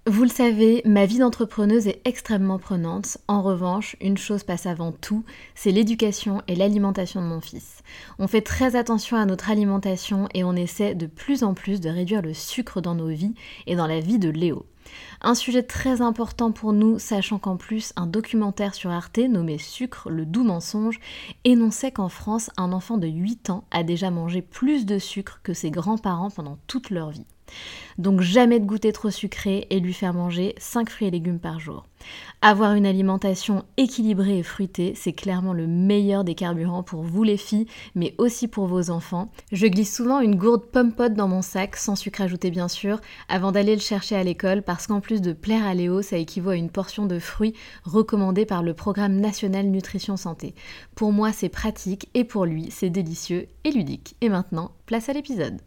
Vous le savez, ma vie d'entrepreneuse est extrêmement prenante. En revanche, une chose passe avant tout, c'est l'éducation et l'alimentation de mon fils. On fait très attention à notre alimentation et on essaie de plus en plus de réduire le sucre dans nos vies et dans la vie de Léo. Un sujet très important pour nous, sachant qu'en plus, un documentaire sur Arte nommé Sucre, le doux mensonge, énonçait qu'en France, un enfant de 8 ans a déjà mangé plus de sucre que ses grands-parents pendant toute leur vie. Donc jamais de goûter trop sucré et lui faire manger 5 fruits et légumes par jour. Avoir une alimentation équilibrée et fruitée, c'est clairement le meilleur des carburants pour vous les filles, mais aussi pour vos enfants. Je glisse souvent une gourde pomme-pote dans mon sac, sans sucre ajouté bien sûr, avant d'aller le chercher à l'école, parce qu'en plus de plaire à Léo, ça équivaut à une portion de fruits recommandée par le Programme National Nutrition Santé. Pour moi, c'est pratique et pour lui, c'est délicieux et ludique. Et maintenant, place à l'épisode.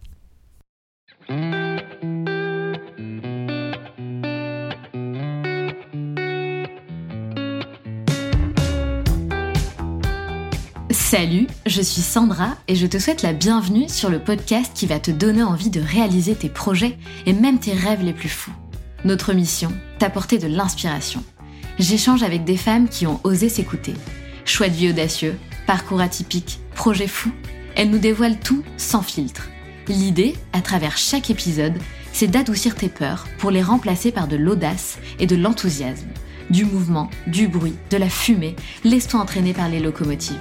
Salut, je suis Sandra et je te souhaite la bienvenue sur le podcast qui va te donner envie de réaliser tes projets et même tes rêves les plus fous. Notre mission, t'apporter de l'inspiration. J'échange avec des femmes qui ont osé s'écouter. Choix de vie audacieux, parcours atypique, projets fous, elles nous dévoilent tout sans filtre. L'idée, à travers chaque épisode, c'est d'adoucir tes peurs pour les remplacer par de l'audace et de l'enthousiasme. Du mouvement, du bruit, de la fumée, laisse-toi entraîner par les locomotives.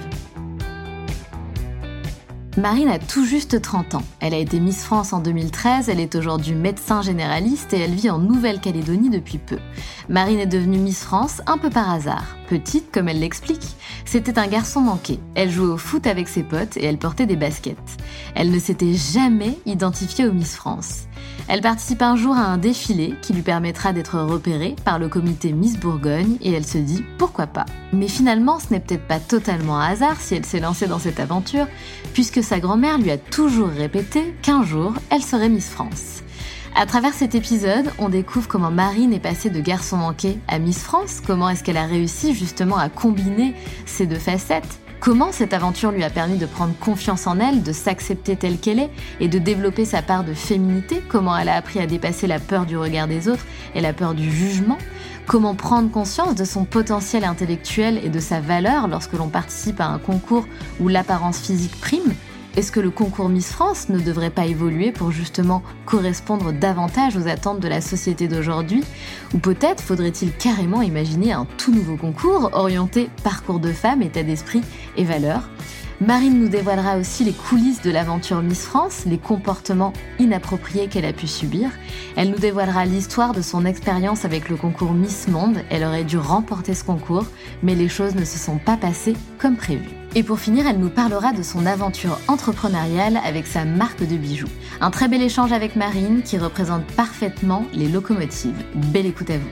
Marine a tout juste 30 ans. Elle a été Miss France en 2013, elle est aujourd'hui médecin généraliste et elle vit en Nouvelle-Calédonie depuis peu. Marine est devenue Miss France un peu par hasard. Petite, comme elle l'explique, c'était un garçon manqué. Elle jouait au foot avec ses potes et elle portait des baskets. Elle ne s'était jamais identifiée aux Miss France. Elle participe un jour à un défilé qui lui permettra d'être repérée par le comité Miss Bourgogne et elle se dit pourquoi pas. Mais finalement, ce n'est peut-être pas totalement un hasard si elle s'est lancée dans cette aventure, puisque sa grand-mère lui a toujours répété qu'un jour, elle serait Miss France. À travers cet épisode, on découvre comment Marine est passée de garçon manqué à Miss France, comment est-ce qu'elle a réussi justement à combiner ces deux facettes, comment cette aventure lui a permis de prendre confiance en elle, de s'accepter telle qu'elle est et de développer sa part de féminité, comment elle a appris à dépasser la peur du regard des autres et la peur du jugement, comment prendre conscience de son potentiel intellectuel et de sa valeur lorsque l'on participe à un concours où l'apparence physique prime. Est-ce que le concours Miss France ne devrait pas évoluer pour justement correspondre davantage aux attentes de la société d'aujourd'hui ? Ou peut-être faudrait-il carrément imaginer un tout nouveau concours orienté parcours de femme, état d'esprit et valeurs ? Marine nous dévoilera aussi les coulisses de l'aventure Miss France, les comportements inappropriés qu'elle a pu subir. Elle nous dévoilera l'histoire de son expérience avec le concours Miss Monde. Elle aurait dû remporter ce concours, mais les choses ne se sont pas passées comme prévu. Et pour finir, elle nous parlera de son aventure entrepreneuriale avec sa marque de bijoux. Un très bel échange avec Marine qui représente parfaitement les locomotives. Belle écoute à vous.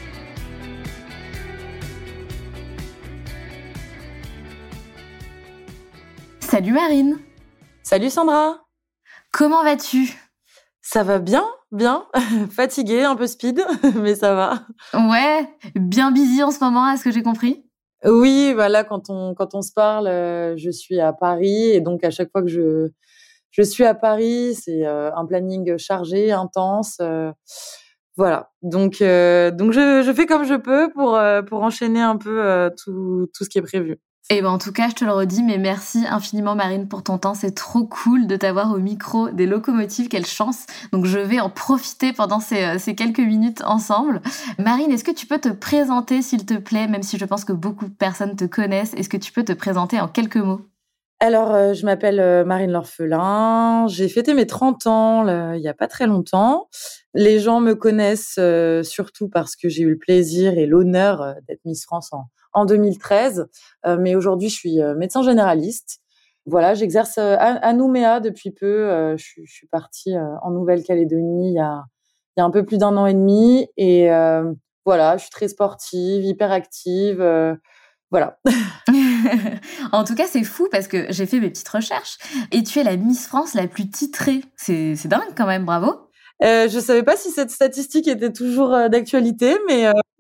Salut Marine. Salut Sandra. Comment vas-tu ? Ça va bien. Fatiguée, un peu speed, mais ça va. Ouais, bien busy en ce moment, à ce que j'ai compris. Oui, voilà, quand on se parle, je suis à Paris et donc à chaque fois que je suis à Paris, c'est un planning chargé, intense. Voilà. Donc je fais comme je peux pour enchaîner un peu tout ce qui est prévu. Et ben en tout cas, je te le redis, mais merci infiniment Marine pour ton temps. C'est trop cool de t'avoir au micro des locomotives. Quelle chance. Donc je vais en profiter pendant ces quelques minutes ensemble. Marine, est-ce que tu peux te présenter s'il te plaît, même si je pense que beaucoup de personnes te connaissent. Est-ce que tu peux te présenter en quelques mots ? Alors, je m'appelle Marine L'Orphelin. J'ai fêté mes 30 ans il y a pas très longtemps. Les gens me connaissent surtout parce que j'ai eu le plaisir et l'honneur d'être Miss France en 2013. Mais aujourd'hui, je suis médecin généraliste. Voilà, j'exerce à Nouméa depuis peu. Je suis partie en Nouvelle-Calédonie il y a un peu plus d'1 an et demi. Et voilà, je suis très sportive, hyper active. Voilà. En tout cas, c'est fou parce que j'ai fait mes petites recherches et tu es la Miss France la plus titrée. C'est dingue quand même, bravo. Je savais pas si cette statistique était toujours d'actualité, mais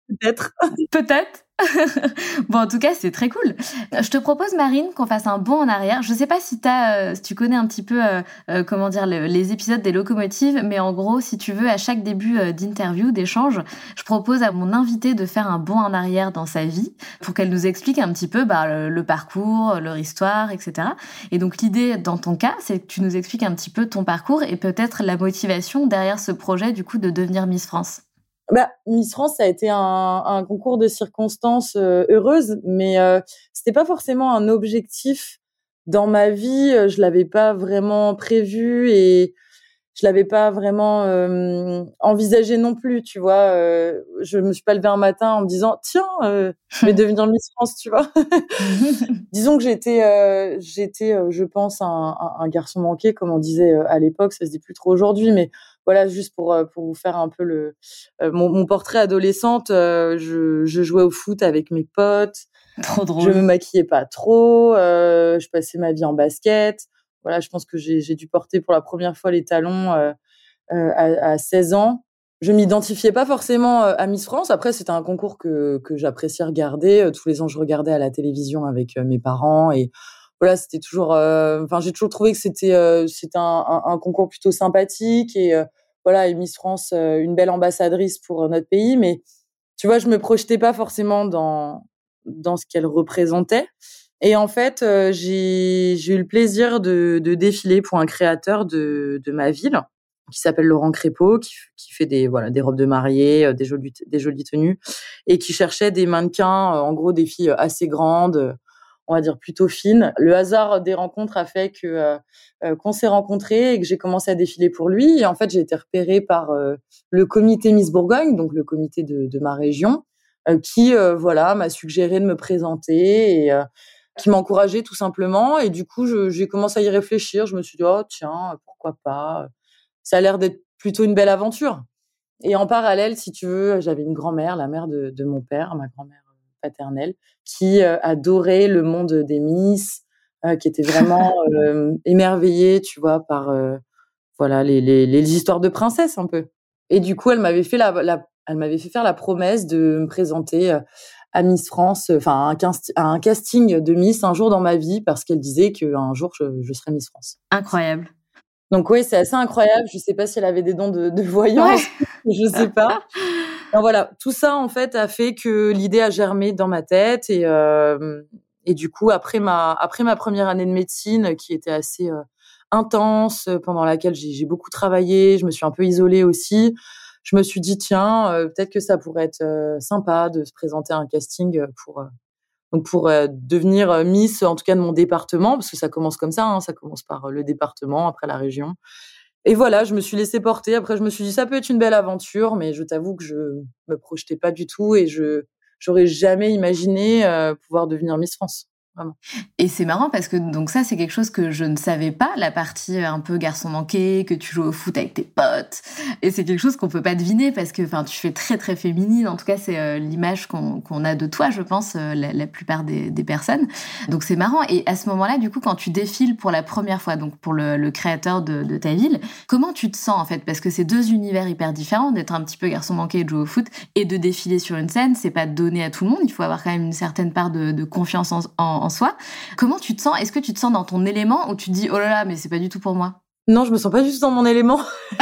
peut-être. Peut-être. Bon, en tout cas, c'est très cool. Je te propose, Marine, qu'on fasse un bond en arrière. Je sais pas si si tu connais un petit peu, comment dire, les épisodes des locomotives, mais en gros, si tu veux, à chaque début d'interview, d'échange, je propose à mon invité de faire un bond en arrière dans sa vie pour qu'elle nous explique un petit peu le parcours, leur histoire, etc. Et donc, l'idée, dans ton cas, c'est que tu nous expliques un petit peu ton parcours et peut-être la motivation derrière ce projet, du coup, de devenir Miss France. Miss France, ça a été un concours de circonstances heureuses, mais c'était pas forcément un objectif dans ma vie. Je l'avais pas vraiment prévu et je l'avais pas vraiment envisagé non plus, tu vois. Je me suis pas levée un matin en me disant tiens, je vais devenir Miss France, tu vois. Disons que j'étais, je pense, un garçon manqué, comme on disait à l'époque. Ça se dit plus trop aujourd'hui, mais voilà, juste pour vous faire un peu mon portrait adolescente. Je jouais au foot avec mes potes. Trop drôle. Je me maquillais pas trop. Je passais ma vie en basket. Voilà, je pense que j'ai dû porter pour la première fois les talons à 16 ans. Je m'identifiais pas forcément à Miss France. Après, c'était un concours que j'appréciais regarder. Tous les ans, je regardais à la télévision avec mes parents et voilà, c'était toujours. Enfin, j'ai toujours trouvé que c'était un concours plutôt sympathique et voilà, et Miss France, une belle ambassadrice pour notre pays. Mais tu vois, je me projetais pas forcément dans ce qu'elle représentait. Et en fait, j'ai eu le plaisir de défiler pour un créateur de ma ville qui s'appelle Laurent Crépeau, qui fait des robes de mariée, des jolies tenues, et qui cherchait des mannequins, en gros des filles assez grandes, on va dire plutôt fines. Le hasard des rencontres a fait que qu'on s'est rencontrés et que j'ai commencé à défiler pour lui. Et en fait, j'ai été repérée par le comité Miss Bourgogne, donc le comité de ma région, qui m'a suggéré de me présenter et qui m'encourageait tout simplement. Et du coup, j'ai commencé à y réfléchir. Je me suis dit, oh tiens, pourquoi pas. Ça a l'air d'être plutôt une belle aventure. Et en parallèle, si tu veux, j'avais une grand-mère, la mère de mon père, ma grand-mère paternelle, qui adorait le monde des Miss, qui était vraiment émerveillée, tu vois, par les histoires de princesses un peu. Et du coup, elle m'avait fait elle m'avait fait faire la promesse de me présenter à Miss France, enfin à un casting de Miss un jour dans ma vie, parce qu'elle disait qu'un jour je serais Miss France. Incroyable. Donc oui, c'est assez incroyable. Je sais pas si elle avait des dons de voyance, je sais pas. Alors voilà, tout ça en fait a fait que l'idée a germé dans ma tête et du coup après ma première année de médecine qui était assez intense, pendant laquelle j'ai beaucoup travaillé, je me suis un peu isolée aussi. Je me suis dit tiens, peut-être que ça pourrait être sympa de se présenter à un casting pour devenir Miss, en tout cas de mon département, parce que ça commence comme ça, hein, ça commence par le département, après la région. Et voilà, je me suis laissée porter. Après, je me suis dit, ça peut être une belle aventure, mais je t'avoue que je me projetais pas du tout et j'aurais jamais imaginé pouvoir devenir Miss France. Vraiment. Et c'est marrant parce que donc ça, c'est quelque chose que je ne savais pas, la partie un peu garçon manqué, que tu joues au foot avec tes potes. Et c'est quelque chose qu'on peut pas deviner parce que tu fais très très féminine. En tout cas, c'est l'image qu'on a de toi, je pense, la plupart des personnes. Donc c'est marrant. Et à ce moment-là, du coup, quand tu défiles pour la première fois, donc pour le créateur de ta ville, comment tu te sens en fait? Parce que c'est deux univers hyper différents, d'être un petit peu garçon manqué et de jouer au foot et de défiler sur une scène. C'est pas donné à tout le monde. Il faut avoir quand même une certaine part de confiance en soi. Comment tu te sens? Est-ce que tu te sens dans ton élément ou tu te dis oh là là, mais c'est pas du tout pour moi? Non, je me sens pas du tout dans mon élément.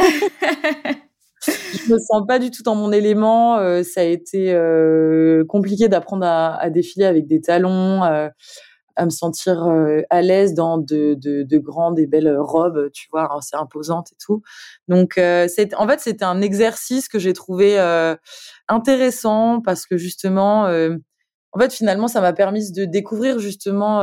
Je me sens pas du tout dans mon élément. Ça a été compliqué d'apprendre à défiler avec des talons, à me sentir à l'aise dans de grandes et belles robes, tu vois, assez imposantes et tout. Donc en fait, c'était un exercice que j'ai trouvé intéressant parce que justement en fait, finalement, ça m'a permis de découvrir justement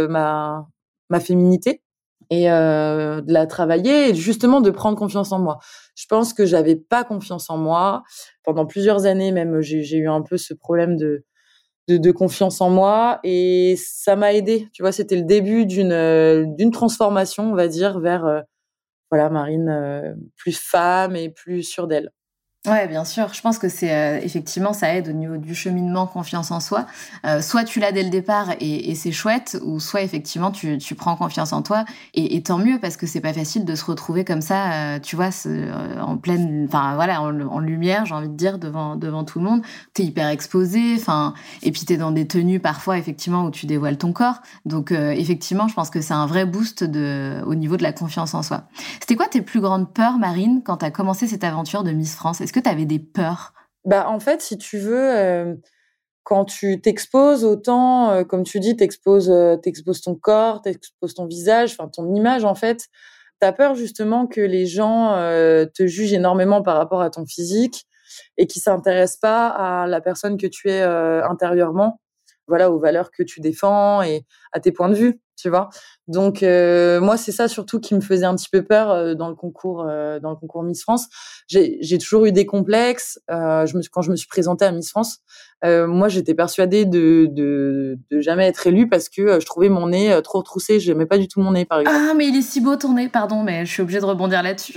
ma féminité et de la travailler et justement de prendre confiance en moi. Je pense que j'avais pas confiance en moi. Pendant plusieurs années même, j'ai eu un peu ce problème de confiance en moi et ça m'a aidée. Tu vois, c'était le début d'une transformation, on va dire, vers Marine plus femme et plus sûre d'elle. Ouais, bien sûr. Je pense que c'est effectivement, ça aide au niveau du cheminement confiance en soi. Soit tu l'as dès le départ et c'est chouette, ou soit effectivement tu prends confiance en toi et tant mieux parce que c'est pas facile de se retrouver comme ça, tu vois, en pleine, enfin voilà, en lumière, j'ai envie de dire devant tout le monde. T'es hyper exposé, enfin, et puis t'es dans des tenues parfois effectivement où tu dévoiles ton corps. Donc effectivement, je pense que c'est un vrai boost au niveau de la confiance en soi. C'était quoi tes plus grandes peurs, Marine, quand tu as commencé cette aventure de Miss France? Est-ce que tu avais des peurs? Bah, en fait, si tu veux, quand tu t'exposes autant, comme tu dis, t'exposes ton corps, t'exposes ton visage, enfin ton image en fait. Tu as peur justement que les gens, te jugent énormément par rapport à ton physique et qu'ils s'intéressent pas à la personne que tu es, intérieurement. Voilà, aux valeurs que tu défends et à tes points de vue, tu vois? Donc moi, c'est ça surtout qui me faisait un petit peu peur, dans le concours Miss France. J'ai toujours eu des complexes, quand je me suis présentée à Miss France, moi, j'étais persuadée de jamais être élue parce que, je trouvais mon nez, trop retroussé. J'aimais pas du tout mon nez, par exemple. Ah, mais il est si beau ton nez, pardon, mais je suis obligée de rebondir là-dessus.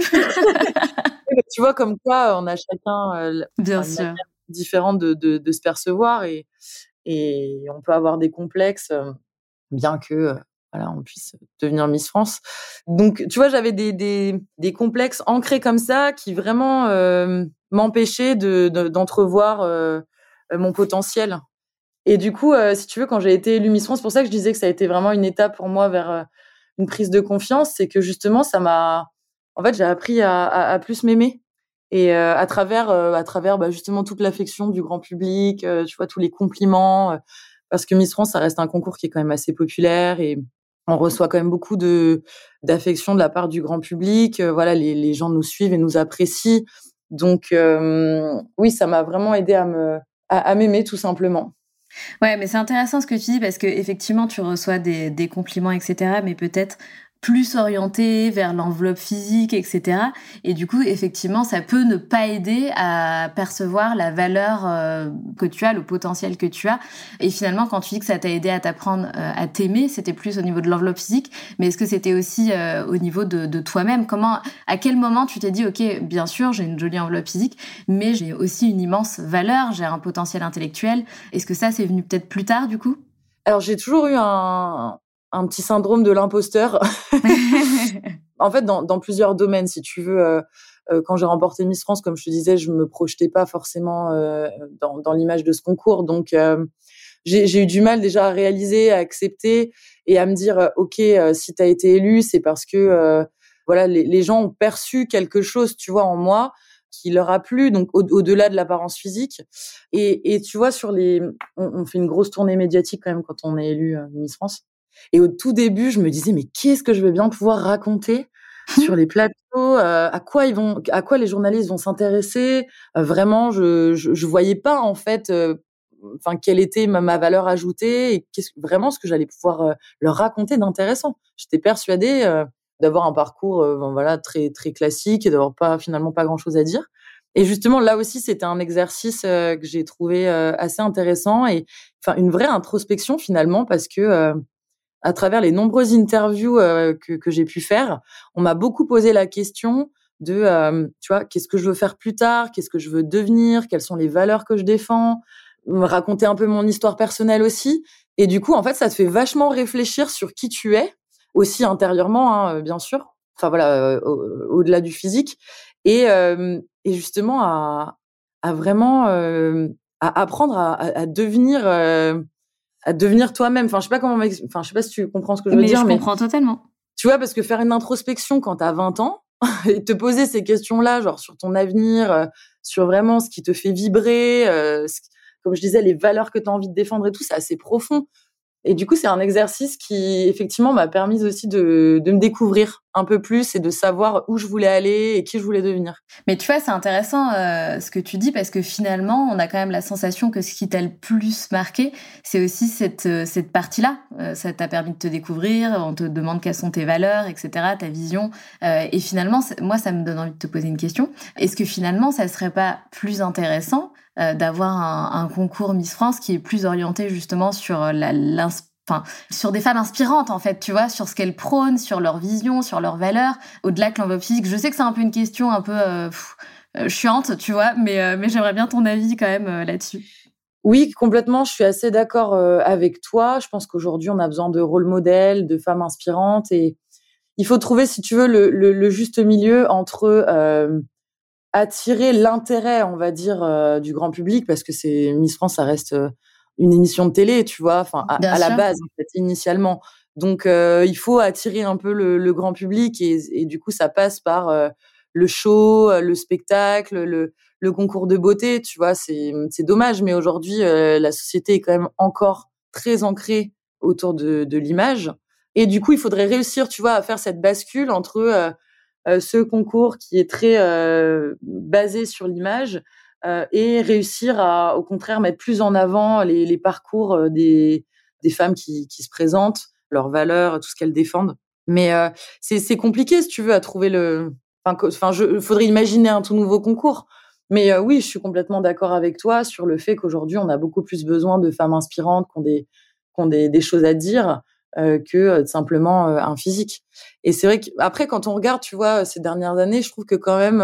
Tu vois, comme quoi, on a chacun, Bien une manière sûr. différente de se percevoir et on peut avoir des complexes, bien que, voilà, on puisse devenir Miss France. Donc, tu vois, j'avais des complexes ancrés comme ça qui vraiment, m'empêchaient d'entrevoir, mon potentiel. Et du coup, si tu veux, quand j'ai été élue Miss France, c'est pour ça que je disais que ça a été vraiment une étape pour moi vers, une prise de confiance, c'est que justement ça m'a en fait, j'ai appris à plus m'aimer et à travers, bah, justement toute l'affection du grand public, tu vois, tous les compliments, parce que Miss France, ça reste un concours qui est quand même assez populaire et on reçoit quand même beaucoup d'affection de la part du grand public, voilà, les gens nous suivent et nous apprécient. Donc oui, ça m'a vraiment aidée à m'aimer tout simplement. Ouais, mais c'est intéressant ce que tu dis parce que effectivement, tu reçois des compliments, etc., mais peut-être plus orientés vers l'enveloppe physique, etc. Et du coup, effectivement, ça peut ne pas aider à percevoir la valeur que tu as, le potentiel que tu as. Et finalement, quand tu dis que ça t'a aidé à t'apprendre à t'aimer, c'était plus au niveau de l'enveloppe physique, mais est-ce que c'était aussi au niveau de toi-même? À quel moment tu t'es dit, ok, bien sûr, j'ai une jolie enveloppe physique, mais j'ai aussi une immense valeur, j'ai un potentiel intellectuel. Est-ce que ça, c'est venu peut-être plus tard, du coup? Alors j'ai toujours eu un petit syndrome de l'imposteur. En fait, dans plusieurs domaines, si tu veux, quand j'ai remporté Miss France, comme je te disais, je me projetais pas forcément, dans l'image de ce concours. Donc, j'ai eu du mal déjà à réaliser, à accepter et à me dire, «OK, si tu as été élue, c'est parce que, voilà, les gens ont perçu quelque chose, tu vois, en moi, qui leur a plu», donc au-delà de l'apparence physique. Et tu vois, on fait une grosse tournée médiatique quand même quand on est élu, Miss France. Et au tout début, je me disais: «Mais qu'est-ce que je vais bien pouvoir raconter sur les plateaux? À quoi les journalistes vont s'intéresser?» Vraiment, je voyais pas en fait, enfin quelle était ma valeur ajoutée et vraiment ce que j'allais pouvoir, leur raconter d'intéressant. J'étais persuadée, d'avoir un parcours, bon voilà très très classique et d'avoir finalement pas grand chose à dire. Et justement là aussi, c'était un exercice, que j'ai trouvé, assez intéressant et enfin une vraie introspection finalement parce que, à travers les nombreuses interviews, que j'ai pu faire, on m'a beaucoup posé la question de, tu vois: «Qu'est-ce que je veux faire plus tard? Qu'est-ce que je veux devenir? Quelles sont les valeurs que je défends?» Me raconter un peu mon histoire personnelle aussi. Et du coup, en fait, ça te fait vachement réfléchir sur qui tu es, aussi intérieurement, hein, bien sûr. Enfin voilà, au-delà du physique et justement à vraiment, à apprendre à devenir toi-même. Enfin, je sais pas enfin, je sais pas si tu comprends ce que je veux Mais dire, je mais comprends totalement. tu vois, parce que faire une introspection quand tu as 20 ans et te poser ces questions-là, genre sur ton avenir, sur vraiment ce qui te fait vibrer, comme je disais, les valeurs que tu as envie de défendre et tout, c'est assez profond. Et du coup, c'est un exercice qui, effectivement, m'a permis aussi de me découvrir un peu plus et de savoir où je voulais aller et qui je voulais devenir. Mais tu vois, c'est intéressant ce que tu dis parce que finalement, on a quand même la sensation que ce qui t'a le plus marqué, c'est aussi cette partie-là. Ça t'a permis de te découvrir, on te demande quelles sont tes valeurs, etc., ta vision. Et finalement, moi, ça me donne envie de te poser une question. Est-ce que finalement, ça serait pas plus intéressant d'avoir un concours Miss France qui est plus orienté justement sur enfin, sur des femmes inspirantes, en fait, tu vois, sur ce qu'elles prônent, sur leur vision, sur leurs valeurs, au-delà que l'enveloppe physique. Je sais que c'est un peu une question un peu chiante, tu vois, mais j'aimerais bien ton avis quand même là-dessus. Oui, complètement, je suis assez d'accord avec toi. Je pense qu'aujourd'hui, on a besoin de rôle modèles, de femmes inspirantes et il faut trouver, si tu veux, le juste milieu entre attirer l'intérêt, on va dire, du grand public, parce que c'est Miss France, ça reste une émission de télé, tu vois, enfin Bien à la sûr. base, en fait, initialement. Donc, il faut attirer un peu le grand public et du coup, ça passe par le show, le spectacle, le concours de beauté, tu vois. C'est dommage, mais aujourd'hui, la société est quand même encore très ancrée autour de l'image. Et du coup, il faudrait réussir, tu vois, à faire cette bascule entre ce concours qui est très basé sur l'image et réussir à, au contraire, mettre plus en avant les parcours des femmes qui se présentent, leurs valeurs, tout ce qu'elles défendent. Mais c'est compliqué, si tu veux, à trouver le... Enfin, faudrait imaginer un tout nouveau concours. Mais oui, je suis complètement d'accord avec toi sur le fait qu'aujourd'hui, on a beaucoup plus besoin de femmes inspirantes qui ont des choses à dire que simplement un physique. Et c'est vrai qu'après, quand on regarde, tu vois, ces dernières années, je trouve que quand même,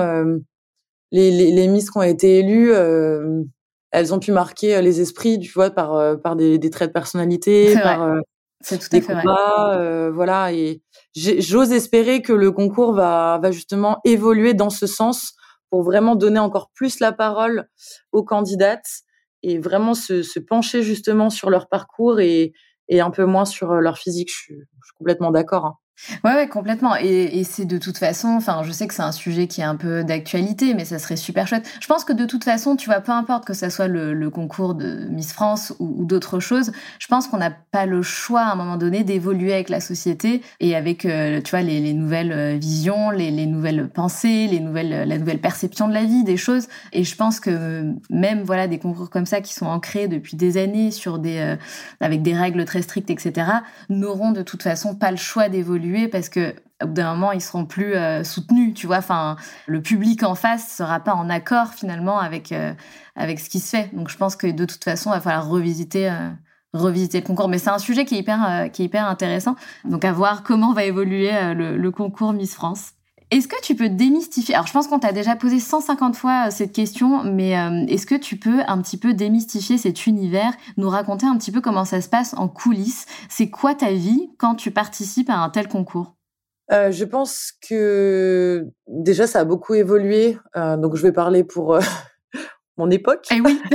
les Miss qui ont été élues, elles ont pu marquer les esprits, tu vois, par des traits de personnalité, C'est vrai, par c'est tout à des fait vrai. combats, voilà. Et j'ose espérer que le concours va justement évoluer dans ce sens pour vraiment donner encore plus la parole aux candidates et vraiment se pencher justement sur leur parcours et un peu moins sur leur physique. Je suis complètement d'accord, hein. Ouais, complètement. Et c'est de toute façon, enfin, je sais que c'est un sujet qui est un peu d'actualité, mais ça serait super chouette. Je pense que de toute façon, tu vois, peu importe que ça soit le concours de Miss France ou d'autres choses, je pense qu'on n'a pas le choix à un moment donné d'évoluer avec la société et avec, tu vois, les nouvelles visions, les nouvelles pensées, la nouvelle perception de la vie, des choses. Et je pense que même, voilà, des concours comme ça qui sont ancrés depuis des années sur avec des règles très strictes, etc., n'auront de toute façon pas le choix d'évoluer parce que au bout d'un moment ils seront plus soutenus, tu vois, enfin le public en face sera pas en accord finalement avec ce qui se fait. Donc je pense que de toute façon il va falloir revisiter le concours, mais c'est un sujet qui est hyper intéressant. Donc à voir comment va évoluer le concours Miss France. Est-ce que tu peux démystifier... Alors, je pense qu'on t'a déjà posé 150 fois cette question, mais est-ce que tu peux un petit peu démystifier cet univers, nous raconter un petit peu comment ça se passe en coulisses? C'est quoi ta vie quand tu participes à un tel concours? Je pense que déjà ça a beaucoup évolué, donc je vais parler pour mon époque, Eh oui.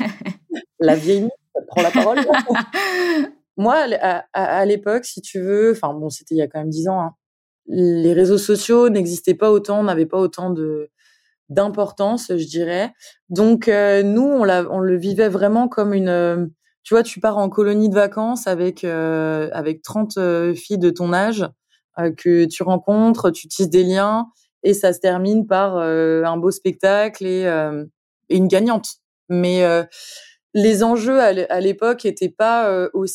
la vieille Miss, elle prend la parole. Moi, à l'époque, si tu veux, enfin bon, c'était il y a quand même 10 ans, hein, les réseaux sociaux n'existaient pas autant, n'avaient pas autant d'importance, je dirais. Donc nous, on le vivait vraiment comme une, tu vois, tu pars en colonie de vacances avec 30 filles de ton âge que tu rencontres, tu tisses des liens et ça se termine par un beau spectacle et une gagnante. Mais les enjeux à l'époque étaient pas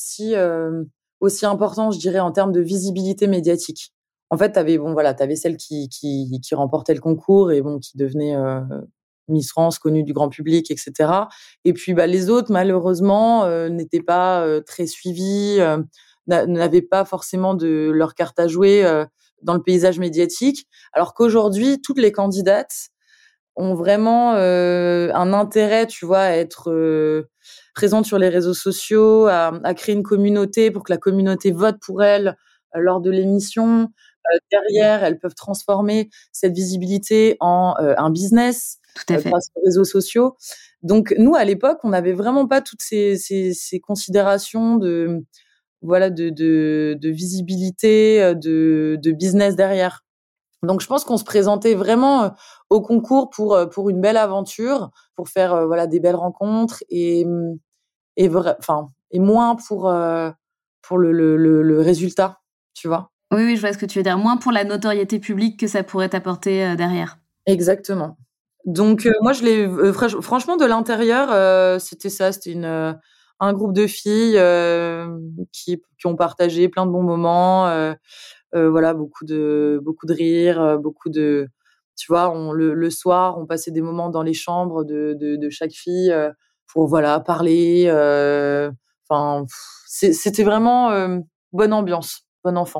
aussi importants, je dirais, en termes de visibilité médiatique. En fait, t'avais celle qui remportait le concours et bon, qui devenait Miss France, connue du grand public, etc. Et puis, bah, les autres, malheureusement, n'étaient pas très suivies, n'avaient pas forcément de leur carte à jouer dans le paysage médiatique. Alors qu'aujourd'hui, toutes les candidates ont vraiment un intérêt, tu vois, à être présentes sur les réseaux sociaux, à créer une communauté pour que la communauté vote pour elles lors de l'émission. Derrière, elles peuvent transformer cette visibilité en un business Tout à fait. grâce aux réseaux sociaux. Donc nous, à l'époque, on n'avait vraiment pas toutes ces considérations de visibilité, de business derrière. Donc je pense qu'on se présentait vraiment au concours pour une belle aventure, pour faire voilà des belles rencontres et moins pour le résultat, tu vois. Oui, oui, je vois ce que tu veux dire. Moins pour la notoriété publique que ça pourrait t'apporter derrière. Exactement. Donc moi je l'ai franchement de l'intérieur, c'était ça, c'était un groupe de filles qui ont partagé plein de bons moments, voilà beaucoup de rires, beaucoup de, tu vois, le soir, on passait des moments dans les chambres de chaque fille pour voilà parler, enfin c'était vraiment bonne ambiance, bon enfant.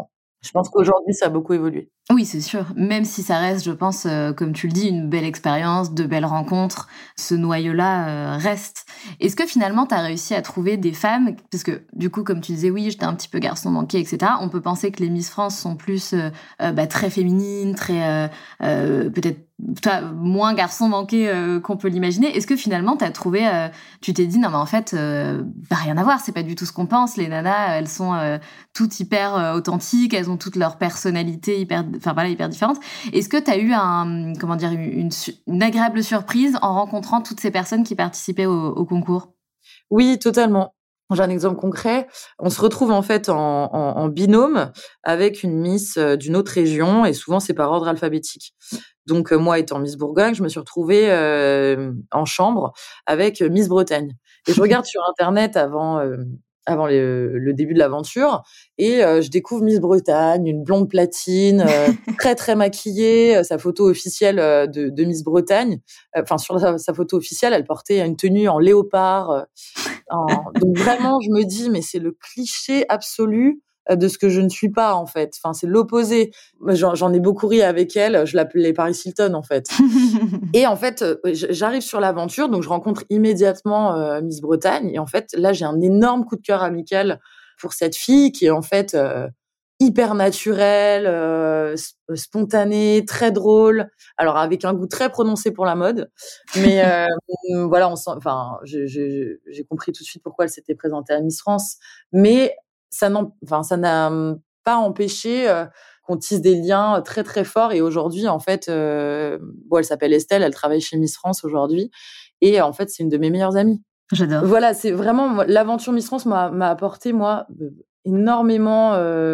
Je pense qu'aujourd'hui, ça a beaucoup évolué. Oui, c'est sûr. Même si ça reste, je pense, comme tu le dis, une belle expérience, de belles rencontres, ce noyau-là, reste. Est-ce que finalement, tu as réussi à trouver des femmes parce que du coup, comme tu disais: «Oui, j'étais un petit peu garçon manqué» et cetera. On peut penser que les Miss France sont plus, très féminines, très, peut-être, moins garçon manqué, qu'on peut l'imaginer. Est-ce que finalement, tu t'es dit: «Non, mais en fait, rien à voir, c'est pas du tout ce qu'on pense. Les nanas, elles sont, toutes hyper, authentiques, elles ont toutes leur personnalité hyper différentes». Est-ce que tu as eu comment dire? Une agréable surprise en rencontrant toutes ces personnes qui participaient au concours? Oui, totalement. J'ai un exemple concret. On se retrouve en fait en binôme avec une Miss, d'une autre région et souvent c'est par ordre alphabétique. Donc, moi étant Miss Bourgogne, je me suis retrouvée, en chambre avec, Miss Bretagne et je regarde sur internet avant le début de l'aventure et je découvre Miss Bretagne, une blonde platine, très, très maquillée, sa photo officielle, de Miss Bretagne. Enfin sur sa photo officielle, elle portait une tenue en léopard, donc vraiment je me dis: «Mais c'est le cliché absolu, de ce que je ne suis pas, en fait». Enfin, c'est l'opposé. Moi, j'en ai beaucoup ri avec elle, je l'appelais Paris Hilton, en fait. Et en fait, j'arrive sur l'aventure, donc je rencontre immédiatement, Miss Bretagne et en fait, là, j'ai un énorme coup de cœur amical pour cette fille qui est en fait, hyper naturelle, spontanée, très drôle. Alors avec un goût très prononcé pour la mode, mais voilà, on sent enfin, j'ai compris tout de suite pourquoi elle s'était présentée à Miss France, mais ça n'a, pas empêché, qu'on tisse des liens très, très forts et aujourd'hui, en fait, bon, elle s'appelle Estelle, elle travaille chez Miss France aujourd'hui et en fait, c'est une de mes meilleures amies. J'adore. Voilà, c'est vraiment moi l'aventure Miss France m'a apporté moi, énormément,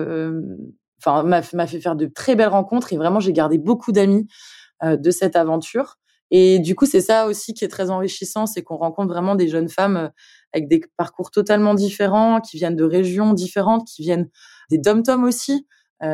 enfin m'a fait faire de très belles rencontres et vraiment j'ai gardé beaucoup d'amis, de cette aventure et du coup, c'est ça aussi qui est très enrichissant, c'est qu'on rencontre vraiment des jeunes femmes, avec des parcours totalement différents, qui viennent de régions différentes, qui viennent des DOM-TOM aussi,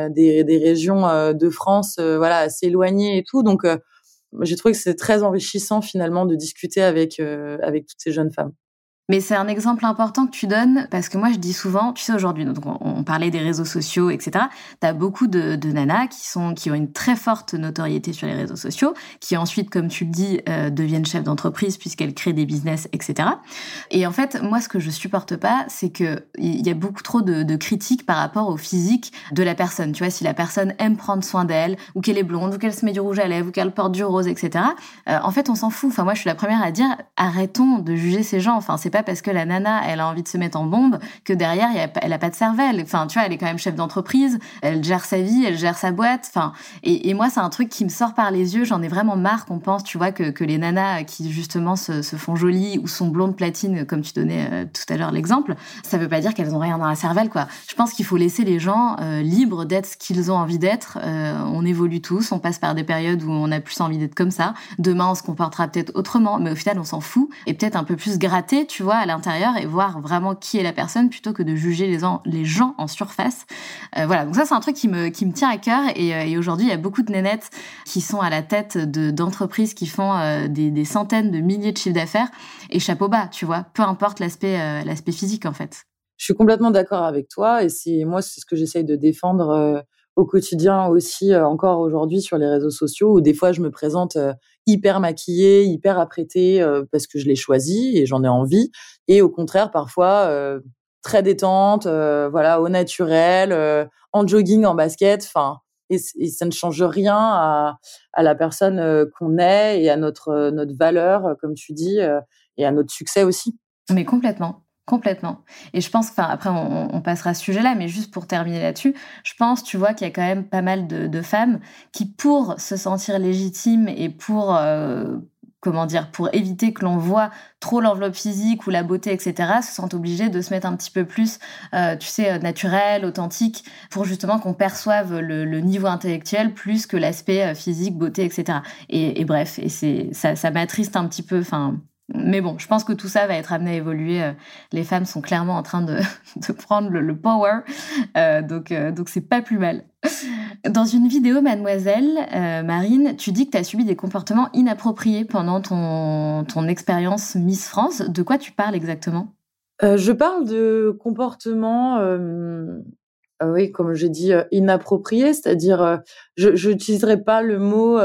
des régions, de France, voilà, assez éloignées et tout donc j'ai trouvé que c'est très enrichissant finalement de discuter avec toutes ces jeunes femmes. Mais c'est un exemple important que tu donnes parce que moi je dis souvent, tu sais aujourd'hui, donc on parlait des réseaux sociaux, etc. T'as beaucoup de nanas qui ont une très forte notoriété sur les réseaux sociaux, qui ensuite, comme tu le dis, deviennent chefs d'entreprise puisqu'elles créent des business, etc. Et en fait, moi ce que je supporte pas, c'est que il y a beaucoup trop de critiques par rapport au physique de la personne. Tu vois, si la personne aime prendre soin d'elle, ou qu'elle est blonde, ou qu'elle se met du rouge à lèvres, ou qu'elle porte du rose, etc. En fait, on s'en fout. Enfin, moi je suis la première à dire, arrêtons de juger ces gens. Enfin, c'est pas parce que la nana, elle a envie de se mettre en bombe que derrière, elle a pas de cervelle. Enfin, tu vois, elle est quand même chef d'entreprise, elle gère sa vie, elle gère sa boîte. Enfin, et moi, c'est un truc qui me sort par les yeux. J'en ai vraiment marre qu'on pense, tu vois, que les nanas qui, justement, se font jolies ou sont blondes platines, comme tu donnais tout à l'heure l'exemple, ça veut pas dire qu'elles ont rien dans la cervelle, quoi. Je pense qu'il faut laisser les gens libres d'être ce qu'ils ont envie d'être. On évolue tous, on passe par des périodes où on a plus envie d'être comme ça. Demain, on se comportera peut-être autrement, mais au final, on s'en fout. Et peut-être un peu plus gratter, tu vois, à l'intérieur et voir vraiment qui est la personne plutôt que de juger les gens en surface. Voilà, donc ça, c'est un truc qui me tient à cœur et aujourd'hui, il y a beaucoup de nénettes qui sont à la tête d'entreprises qui font des centaines de milliers de chiffres d'affaires et chapeau bas, tu vois, peu importe l'aspect physique, en fait. Je suis complètement d'accord avec toi et c'est ce que j'essaye de défendre, au quotidien aussi, encore aujourd'hui sur les réseaux sociaux où des fois je me présente, hyper maquillée, hyper apprêtée, parce que je l'ai choisi et j'en ai envie et au contraire parfois, très détente, voilà, au naturel, en jogging, en basket, enfin et ça ne change rien à la personne, qu'on est et à notre valeur, comme tu dis, et à notre succès aussi. Mais complètement, complètement. Et je pense, enfin après on passera ce sujet-là, mais juste pour terminer là-dessus, je pense, tu vois, qu'il y a quand même pas mal de femmes qui, pour se sentir légitimes et pour, comment dire? Pour éviter que l'on voit trop l'enveloppe physique ou la beauté et cetera, se sentent obligées de se mettre un petit peu plus, tu sais, naturel, authentique, pour justement qu'on perçoive le niveau intellectuel plus que l'aspect, physique, beauté et cetera. Et bref, et c'est ça m'attriste un petit peu, enfin mais bon, je pense que tout ça va être amené à évoluer. Les femmes sont clairement en train de, de prendre le power, donc c'est pas plus mal. Dans une vidéo, Mademoiselle, Marine, tu dis que tu as subi des comportements inappropriés pendant ton expérience Miss France. De quoi tu parles exactement? Je parle de comportements, Oui, comme j'ai dit, inapproprié, c'est-à-dire, je n'utiliserai pas le mot,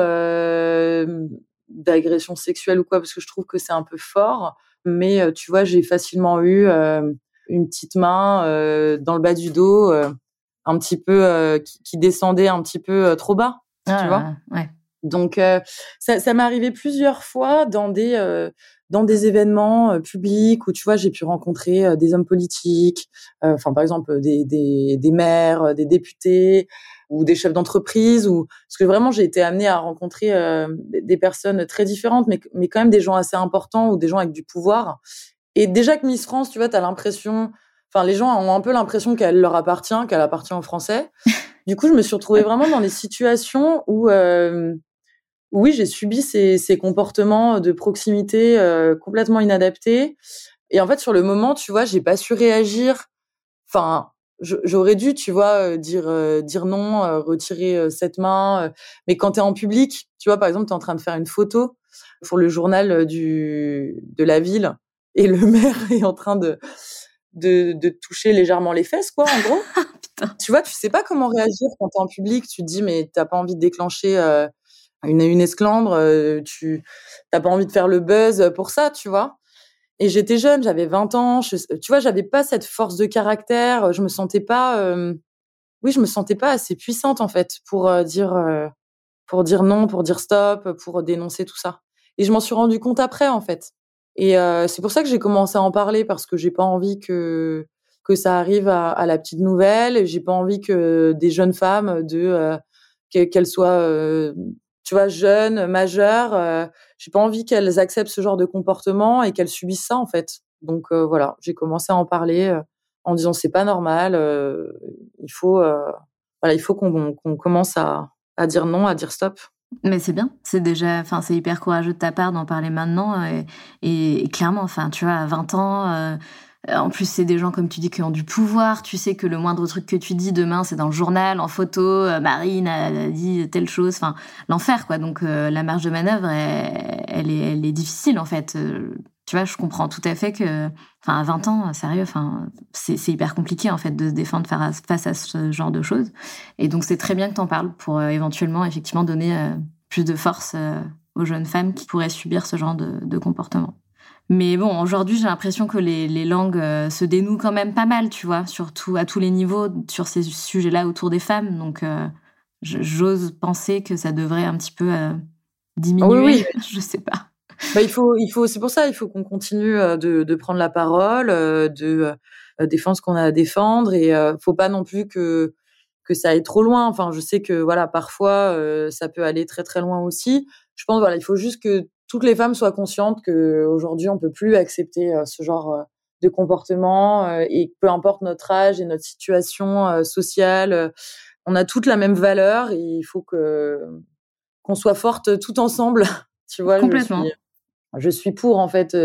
d'agression sexuelle ou quoi, parce que je trouve que c'est un peu fort. Mais, tu vois, j'ai facilement eu, une petite main, dans le bas du dos, un petit peu, qui descendait un petit peu, trop bas, tu vois? Ah ouais. Donc, ça m'est arrivé plusieurs fois dans des événements, publics où, tu vois, j'ai pu rencontrer, des hommes politiques, enfin, par exemple, des maires, des députés ou des chefs d'entreprise, ou parce que vraiment j'ai été amenée à rencontrer, des personnes très différentes, mais quand même des gens assez importants ou des gens avec du pouvoir. Et déjà que Miss France, tu vois, tu as l'impression, enfin, les gens ont un peu l'impression qu'elle leur appartient, qu'elle appartient aux Français. Du coup, je me suis retrouvée vraiment dans des situations où, oui, j'ai subi ces comportements de proximité, complètement inadaptés. Et en fait, sur le moment, tu vois, j'ai pas su réagir. Enfin, j'aurais dû, tu vois, dire non, retirer, cette main, mais quand tu es en public, tu vois, par exemple, tu es en train de faire une photo pour le journal, de la ville, et le maire est en train de te toucher légèrement les fesses, quoi, en gros. Putain. Tu vois, tu sais pas comment réagir quand tu es en public. Tu te dis: «Mais tu as pas envie de déclencher, une esclandre, tu as pas envie de faire le buzz, pour ça», tu vois? Et j'étais jeune, j'avais 20 ans, tu vois, j'avais pas cette force de caractère, je me sentais pas, oui, je me sentais pas assez puissante, en fait, pour dire non, pour dire stop, pour dénoncer tout ça. Et je m'en suis rendu compte après, en fait. Et c'est pour ça que j'ai commencé à en parler, parce que j'ai pas envie que ça arrive à la petite nouvelle. J'ai pas envie que des jeunes femmes qu'elles soient, tu vois, jeunes, majeures, j'ai pas envie qu'elles acceptent ce genre de comportement et qu'elles subissent ça, en fait. Donc voilà, j'ai commencé à en parler, en disant: «C'est pas normal, il faut, voilà, il faut qu'on commence à dire non, à dire stop». Mais c'est bien, c'est déjà, enfin, c'est hyper courageux de ta part d'en parler maintenant, et clairement, enfin, tu vois, à 20 ans, en plus, c'est des gens, comme tu dis, qui ont du pouvoir. Tu sais que le moindre truc que tu dis demain, c'est dans le journal, en photo, Marine a dit telle chose, enfin, l'enfer, quoi. Donc, la marge de manœuvre, elle est difficile, en fait. Tu vois, je comprends tout à fait que, enfin, à 20 ans, sérieux, enfin, c'est hyper compliqué, en fait, de se défendre face à ce genre de choses. Et donc, c'est très bien que tu en parles pour éventuellement, effectivement, donner plus de force aux jeunes femmes qui pourraient subir ce genre de comportement. Mais bon, aujourd'hui, j'ai l'impression que les langues se dénouent quand même pas mal, tu vois, surtout à tous les niveaux, sur ces sujets-là autour des femmes. Donc, j'ose penser que ça devrait un petit peu Oui, diminuer. oui. Je sais pas. Bah, c'est pour ça, il faut qu'on continue, de prendre la parole, défendre ce qu'on a à défendre. Et faut pas non plus que ça aille trop loin. Enfin, je sais que, voilà, parfois, ça peut aller très, très loin aussi. Je pense, voilà, il faut juste que toutes les femmes soient conscientes qu'aujourd'hui, on peut plus accepter, ce genre, de comportement, et peu importe notre âge et notre situation, sociale, on a toutes la même valeur, et il faut qu'on soit fortes toutes ensemble. Tu vois? Complètement. Je suis pour, en fait,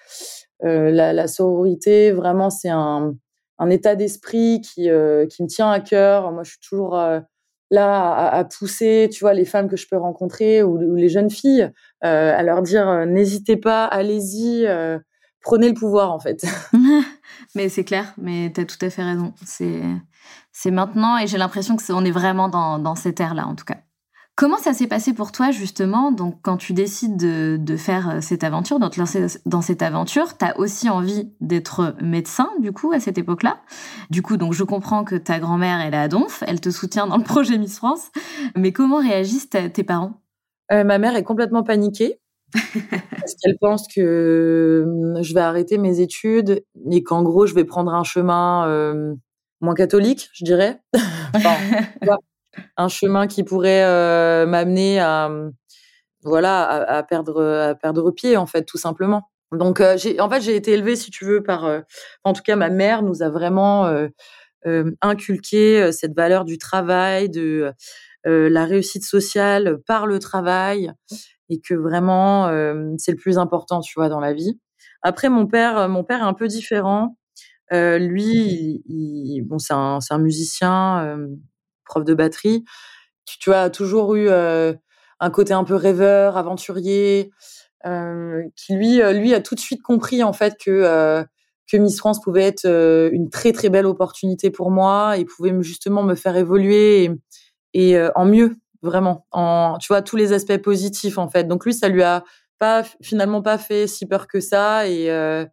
la sororité. Vraiment, c'est un état d'esprit qui me tient à cœur. Moi, je suis toujours, là à pousser, tu vois, les femmes que je peux rencontrer, ou les jeunes filles, à leur dire, «N'hésitez pas, allez-y, prenez le pouvoir», en fait. Mais c'est clair, mais tu as tout à fait raison. C'est maintenant, et j'ai l'impression que on est vraiment dans cette ère-là, en tout cas. Comment ça s'est passé pour toi, justement, donc quand tu décides de faire cette aventure, de te lancer dans cette aventure, tu as aussi envie d'être médecin, du coup, à cette époque-là. Du coup, donc je comprends que ta grand-mère, elle est à Donf, elle te soutient dans le projet Miss France. Mais comment réagissent tes parents? Ma mère est complètement paniquée, parce qu'elle pense que, je vais arrêter mes études et qu'en gros, je vais prendre un chemin, moins catholique, je dirais. Enfin, tu vois? Un chemin qui pourrait, m'amener à, voilà, à perdre pied, en fait, tout simplement. Donc j'ai été élevée, si tu veux, par, en tout cas, ma mère nous a vraiment, inculqué, cette valeur du travail, la réussite sociale par le travail, et que vraiment, c'est le plus important, tu vois, dans la vie. Après, mon père est un peu différent. Lui, bon, c'est un musicien, prof de batterie, tu vois, a toujours eu, un côté un peu rêveur, aventurier, qui lui a tout de suite compris, en fait, que, que Miss France pouvait être une très très belle opportunité pour moi et pouvait justement me faire évoluer et en mieux, vraiment, en tu vois tous les aspects positifs en fait. Donc lui, ça lui a finalement pas fait si peur que ça et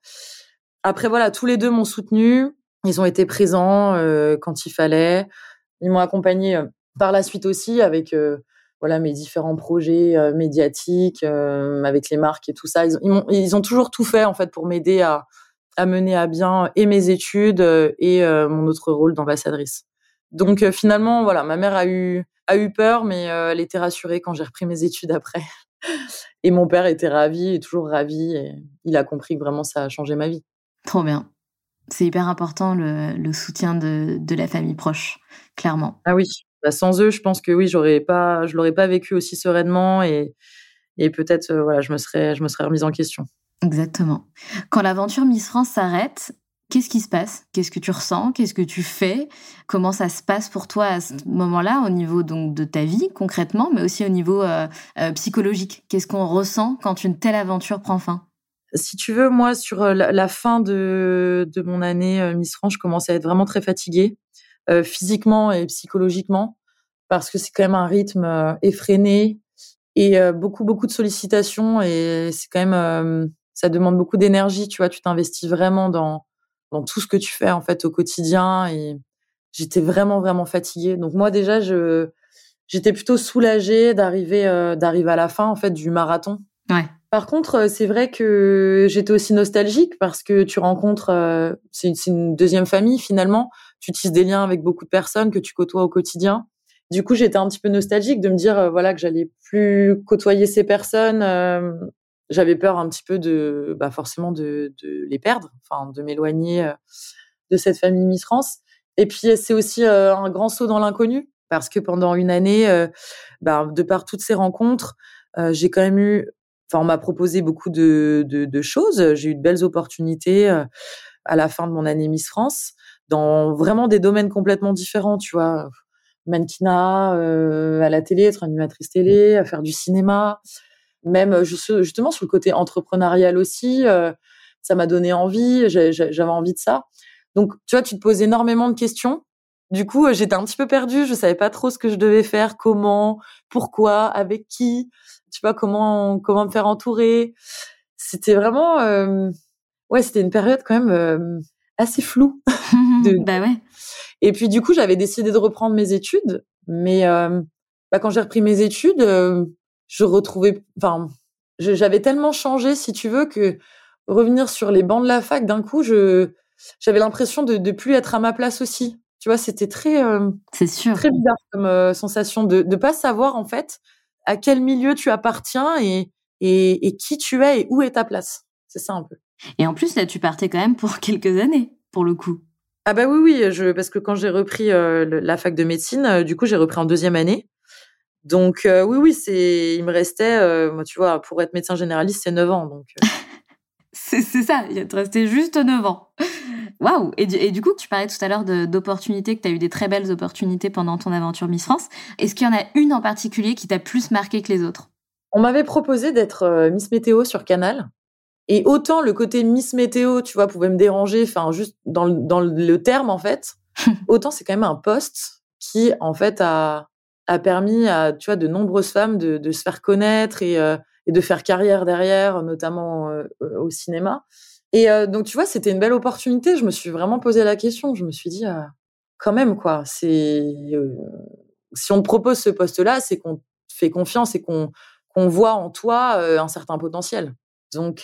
après voilà, tous les deux m'ont soutenue. Ils ont été présents quand il fallait. Ils m'ont accompagnée par la suite aussi avec voilà mes différents projets médiatiques avec les marques et tout ça. Ils ont toujours tout fait en fait pour m'aider à mener à bien et mes études et mon autre rôle d'ambassadrice. Donc finalement voilà, ma mère a eu peur, mais elle était rassurée quand j'ai repris mes études après. Et mon père était ravi et toujours ravi et il a compris que vraiment ça a changé ma vie. Trop bien. C'est hyper important le soutien de la famille proche, clairement. Ah oui, bah, sans eux, je pense que oui, je l'aurais pas vécu aussi sereinement et peut-être voilà, je me serais remise en question. Exactement. Quand l'aventure Miss France s'arrête, qu'est-ce qui se passe? Qu'est-ce que tu ressens? Qu'est-ce que tu fais? Comment ça se passe pour toi à ce moment-là, au niveau donc de ta vie concrètement, mais aussi au niveau psychologique? Qu'est-ce qu'on ressent quand une telle aventure prend fin? Si tu veux, moi, sur la fin de mon année Miss France, je commençais à être vraiment très fatiguée, physiquement et psychologiquement, parce que c'est quand même un rythme effréné et beaucoup, beaucoup de sollicitations et c'est quand même, ça demande beaucoup d'énergie, tu vois? Tu t'investis vraiment dans tout ce que tu fais, en fait, au quotidien et j'étais vraiment, vraiment fatiguée. Donc moi, déjà, j'étais plutôt soulagée d'arriver à la fin, en fait, du marathon. Ouais. Par contre, c'est vrai que j'étais aussi nostalgique parce que tu rencontres, c'est une deuxième famille finalement. Tu tisses des liens avec beaucoup de personnes que tu côtoies au quotidien. Du coup, j'étais un petit peu nostalgique de me dire, voilà, que j'allais plus côtoyer ces personnes. J'avais peur un petit peu forcément de les perdre, enfin de m'éloigner, de cette famille Miss France. Et puis, c'est aussi, un grand saut dans l'inconnu parce que pendant une année, de par toutes ces rencontres, j'ai quand même eu on m'a proposé beaucoup de choses. J'ai eu de belles opportunités, à la fin de mon année Miss France, dans vraiment des domaines complètement différents, tu vois? Mannequinat, à la télé, être animatrice télé, à faire du cinéma, même, justement sur le côté entrepreneurial aussi, ça m'a donné envie, j'avais envie de ça. Donc, tu vois, tu te poses énormément de questions. Du coup, j'étais un petit peu perdue, je savais pas trop ce que je devais faire, comment, pourquoi, avec qui, tu vois, comment me faire entourer. C'était vraiment, ouais, c'était une période quand même, assez floue de Bah ouais. et puis du coup, j'avais décidé de reprendre mes études, mais quand j'ai repris mes études, je retrouvais j'avais tellement changé, si tu veux, que revenir sur les bancs de la fac, d'un coup, j'avais l'impression de plus être à ma place aussi. Tu vois, c'était très, C'est sûr. très bizarre comme, sensation de pas savoir, en fait, à quel milieu tu appartiens et qui tu es et où est ta place. C'est ça un peu. Et en plus, là, tu partais quand même pour quelques années, pour le coup. Ah bah, oui, oui, parce que quand j'ai repris, la fac de médecine, du coup, j'ai repris en 2e année. Donc oui, oui, il me restait, moi, tu vois, pour être médecin généraliste, c'est 9 ans, donc C'est ça, il te restait juste 9 ans. Waouh! Et du coup, tu parlais tout à l'heure d'opportunités, que tu as eu des très belles opportunités pendant ton aventure Miss France. Est-ce qu'il y en a une en particulier qui t'a plus marqué que les autres? on m'avait proposé d'être, Miss Météo sur Canal et autant le côté Miss Météo, tu vois, pouvait me déranger, enfin, juste dans le terme, en fait, autant c'est quand même un poste qui, en fait, a permis à, tu vois, de nombreuses femmes de se faire connaître et de faire carrière derrière, notamment, au cinéma et donc tu vois, c'était une belle opportunité. Je me suis vraiment posé la question. Je me suis dit: «Quand même, quoi, si on te propose ce poste-là, c'est qu'on te fait confiance et qu'on voit en toi, un certain potentiel». Donc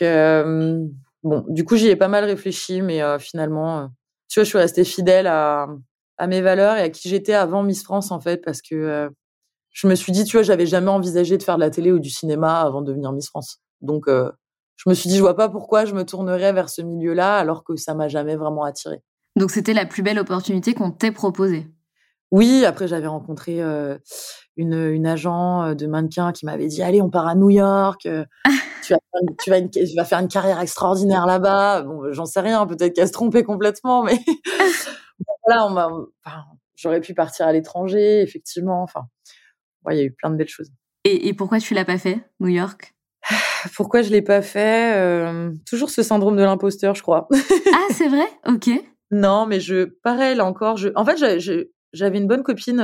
bon, du coup, j'y ai pas mal réfléchi, mais finalement, tu vois, je suis restée fidèle à mes valeurs et à qui j'étais avant Miss France, en fait, parce que, je me suis dit, tu vois, j'avais jamais envisagé de faire de la télé ou du cinéma avant de devenir Miss France. Donc je me suis dit: «Je vois pas pourquoi je me tournerais vers ce milieu-là alors que ça m'a jamais vraiment attirée». Donc c'était la plus belle opportunité qu'on t'ait proposée? Oui, après j'avais rencontré, une agent, de mannequin qui m'avait dit: «Allez, on part à New York, tu vas faire une carrière extraordinaire là-bas». Bon, j'en sais rien, peut-être qu'elle se trompait complètement, mais voilà, j'aurais pu partir à l'étranger, effectivement, enfin, ouais, il y a eu plein de belles choses. Et pourquoi tu l'as pas fait, New York? Pourquoi je l'ai pas fait? Toujours ce syndrome de l'imposteur, je crois. Ah, c'est vrai? OK. Non, mais pareil, là encore, en fait, j'avais une bonne copine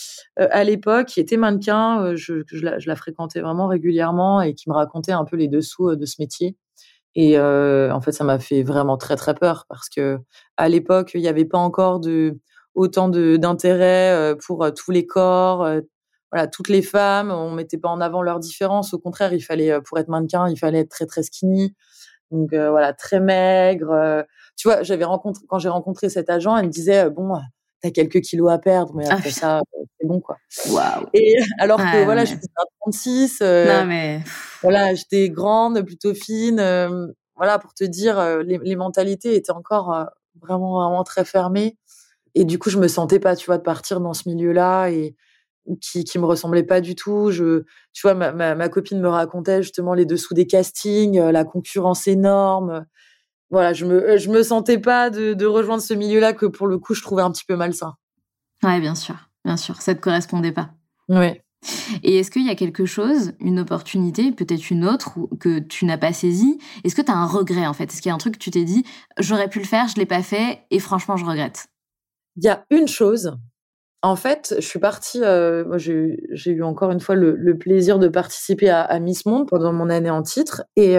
à l'époque qui était mannequin. Je la fréquentais vraiment régulièrement et qui me racontait un peu les dessous de ce métier. Et en fait, ça m'a fait vraiment très, très peur parce que à l'époque, il n'y avait pas encore autant d'intérêt pour tous les corps, voilà, toutes les femmes. On mettait pas en avant leurs différences. Au contraire, il fallait, pour être mannequin, il fallait être très, très skinny. Donc voilà, très maigre. Tu vois, quand j'ai rencontré cet agent, elle me disait bon, t'as quelques kilos à perdre, mais après ça, c'est bon quoi. Waouh. Et alors que Ouais, voilà, mais... je faisais 1,36. Non, mais... Voilà, j'étais grande, plutôt fine. Voilà, pour te dire, les mentalités étaient encore vraiment, vraiment très fermées. Et du coup, je me sentais pas, tu vois, de partir dans ce milieu-là et qui me ressemblait pas du tout. Tu vois, ma copine me racontait justement les dessous des castings, la concurrence énorme. Voilà, je me sentais pas de rejoindre ce milieu-là que pour le coup, je trouvais un petit peu malsain. Ouais, bien sûr, ça te correspondait pas. Ouais. Et est-ce qu'il y a quelque chose, une opportunité, peut-être une autre, que tu n'as pas saisie? Est-ce que tu as un regret, en fait? Est-ce qu'il y a un truc que tu t'es dit: «J'aurais pu le faire, je l'ai pas fait et franchement, je regrette»? Il y a une chose. En fait, je suis partie, moi j'ai eu encore une fois le plaisir de participer à Miss Monde pendant mon année en titre et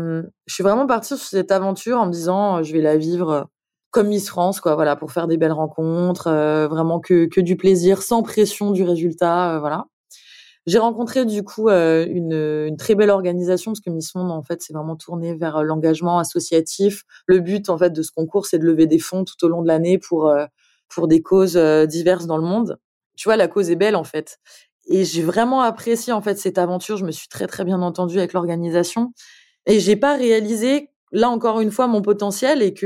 je suis vraiment partie sur cette aventure en me disant: «Je vais la vivre comme Miss France, quoi», voilà, pour faire des belles rencontres, vraiment que du plaisir, sans pression du résultat, voilà. J'ai rencontré du coup, une très belle organisation parce que Miss Monde, en fait, c'est vraiment tourné vers, l'engagement associatif. Le but, en fait, de ce concours, c'est de lever des fonds tout au long de l'année pour des causes, diverses dans le monde. Tu vois, la cause est belle, en fait. Et j'ai vraiment apprécié, en fait, cette aventure. Je me suis très, très bien entendue avec l'organisation et j'ai pas réalisé, là, encore une fois, mon potentiel et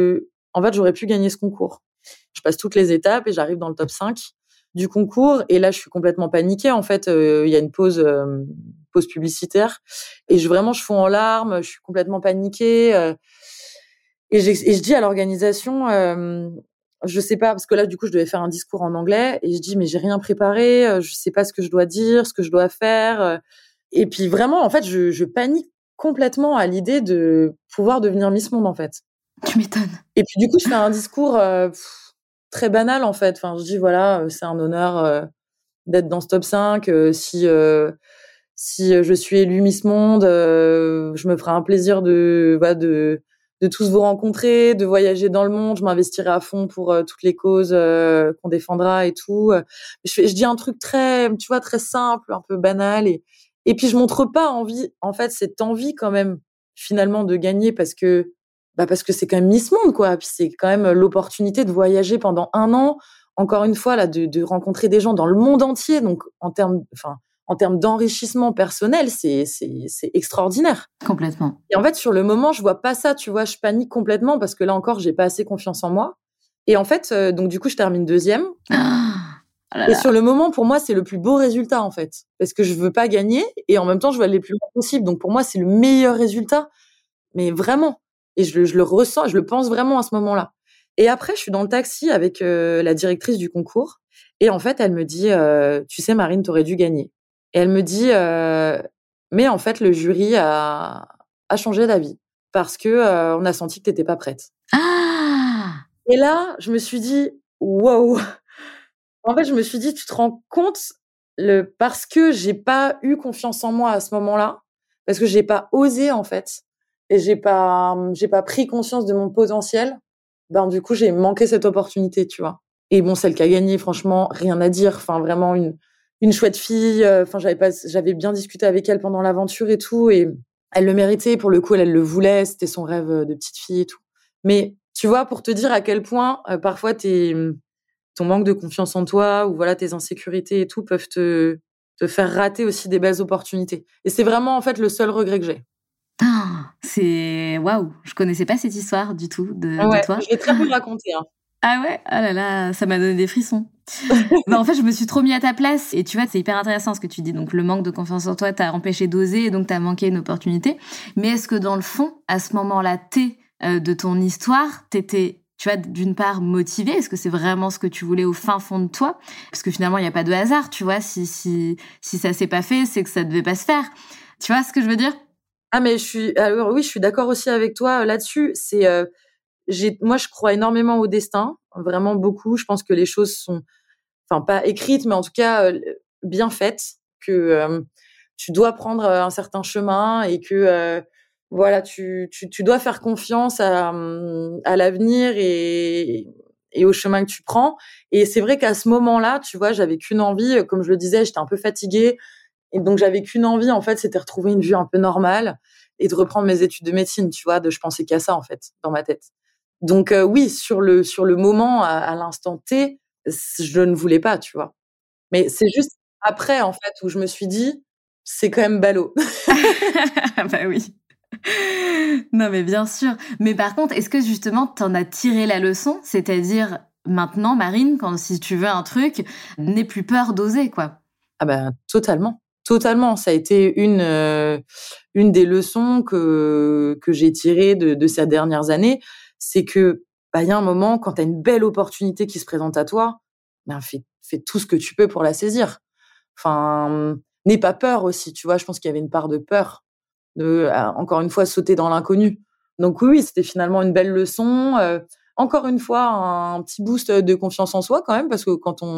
en fait, j'aurais pu gagner ce concours. Je passe toutes les étapes et j'arrive dans le top 5 du concours et là, je suis complètement paniquée. En fait, il y a une pause publicitaire et je fonds en larmes, je suis complètement paniquée, et je dis à l'organisation, je sais pas, parce que là, du coup, je devais faire un discours en anglais et je dis: «Mais j'ai rien préparé, je sais pas ce que je dois dire, ce que je dois faire», et puis vraiment, en fait, je panique complètement à l'idée de pouvoir devenir Miss Monde, en fait. Tu m'étonnes. Et puis du coup, je fais un discours, très banal, en fait. Enfin, je dis: «Voilà, c'est un honneur, d'être dans ce top 5, si je suis élue Miss Monde, je me ferai un plaisir de tous vous rencontrer, de voyager dans le monde. Je m'investirai à fond pour toutes les causes qu'on défendra et tout. Je dis un truc très, tu vois, très simple, un peu banal, et puis je montre pas en fait, cette envie quand même finalement de gagner parce que c'est quand même Miss Monde, quoi. Puis c'est quand même l'opportunité de voyager pendant 1 an. Encore une fois, là, de rencontrer des gens dans le monde entier. Donc en termes d'enrichissement personnel, c'est extraordinaire. Complètement. Et en fait, sur le moment, je vois pas ça, tu vois? Je panique complètement parce que là encore, j'ai pas assez confiance en moi. Et en fait, donc du coup, je termine 2e. Oh là Et là. sur le moment, pour moi, c'est le plus beau résultat, en fait. Parce que je veux pas gagner et en même temps, je veux aller le plus loin possible. Donc pour moi, c'est le meilleur résultat, mais vraiment. Et je le ressens, je le pense vraiment à ce moment-là. Et après, je suis dans le taxi avec la directrice du concours et en fait, elle me dit: «Tu sais, Marine, tu aurais dû gagner». Et elle me dit: «Mais en fait, le jury a changé d'avis parce que, on a senti que tu étais pas prête». Ah! Et là, je me suis dit: «Waouh!» En fait, je me suis dit: «Tu te rends compte, parce que j'ai pas eu confiance en moi à ce moment-là, parce que j'ai pas osé, en fait, et j'ai pas pris conscience de mon potentiel, ben, du coup, j'ai manqué cette opportunité», tu vois? Et bon, celle qui a gagné, franchement, rien à dire. Enfin, vraiment une chouette fille, enfin, j'avais bien discuté avec elle pendant l'aventure et tout, et elle le méritait. Pour le coup, elle le voulait, c'était son rêve, de petite fille et tout. Mais tu vois, pour te dire à quel point, parfois ton manque de confiance en toi ou voilà, tes insécurités et tout peuvent te faire rater aussi des belles opportunités. Et c'est vraiment, en fait, le seul regret que j'ai. C'est waouh! Je connaissais pas cette histoire du tout de Ouais, toi. je l'ai très peu raconté, hein. Ah ouais? Ah là là, ça m'a donné des frissons. Bah, en fait, je me suis trop mis à ta place et tu vois, c'est hyper intéressant ce que tu dis. Donc, le manque de confiance en toi t'a empêché d'oser et donc t'as manqué une opportunité. Mais est-ce que dans le fond, à ce moment-là de ton histoire, t'étais, tu vois, d'une part motivée? Est-ce que c'est vraiment ce que tu voulais au fin fond de toi? Parce que finalement, il y a pas de hasard, tu vois. Si ça s'est pas fait, c'est que ça devait pas se faire. Tu vois ce que je veux dire? Ah mais alors oui, je suis d'accord aussi avec toi, là-dessus. Moi, je crois énormément au destin, vraiment beaucoup. Je pense que les choses sont, enfin, pas écrites, mais en tout cas, bien faites, que, tu dois prendre, un certain chemin et que, voilà, tu dois faire confiance à l'avenir et au chemin que tu prends. Et c'est vrai qu'à ce moment-là, tu vois, j'avais qu'une envie, comme je le disais, j'étais un peu fatiguée et donc j'avais qu'une envie, en fait, c'était retrouver une vie un peu normale et de reprendre mes études de médecine, tu vois? Je pensais qu'à ça, en fait, dans ma tête. Donc oui, sur le moment, à l'instant T, je ne voulais pas, tu vois? Mais c'est juste après, en fait, où je me suis dit: «C'est quand même ballot». Bah oui. Non, mais bien sûr. Mais par contre, est-ce que justement, t'en as tiré la leçon? C'est-à-dire, maintenant, Marine, quand si tu veux un truc, n'aie plus peur d'oser, quoi. Ah bah, totalement, totalement. Ça a été une des leçons que j'ai tirées de ces dernières années. C'est que, bah, il y a un moment, quand tu as une belle opportunité qui se présente à toi, ben, fais tout ce que tu peux pour la saisir. Enfin, n'aie pas peur aussi, tu vois? Je pense qu'il y avait une part de peur encore une fois, sauter dans l'inconnu. Donc oui, c'était finalement une belle leçon, encore une fois, un petit boost de confiance en soi quand même, parce que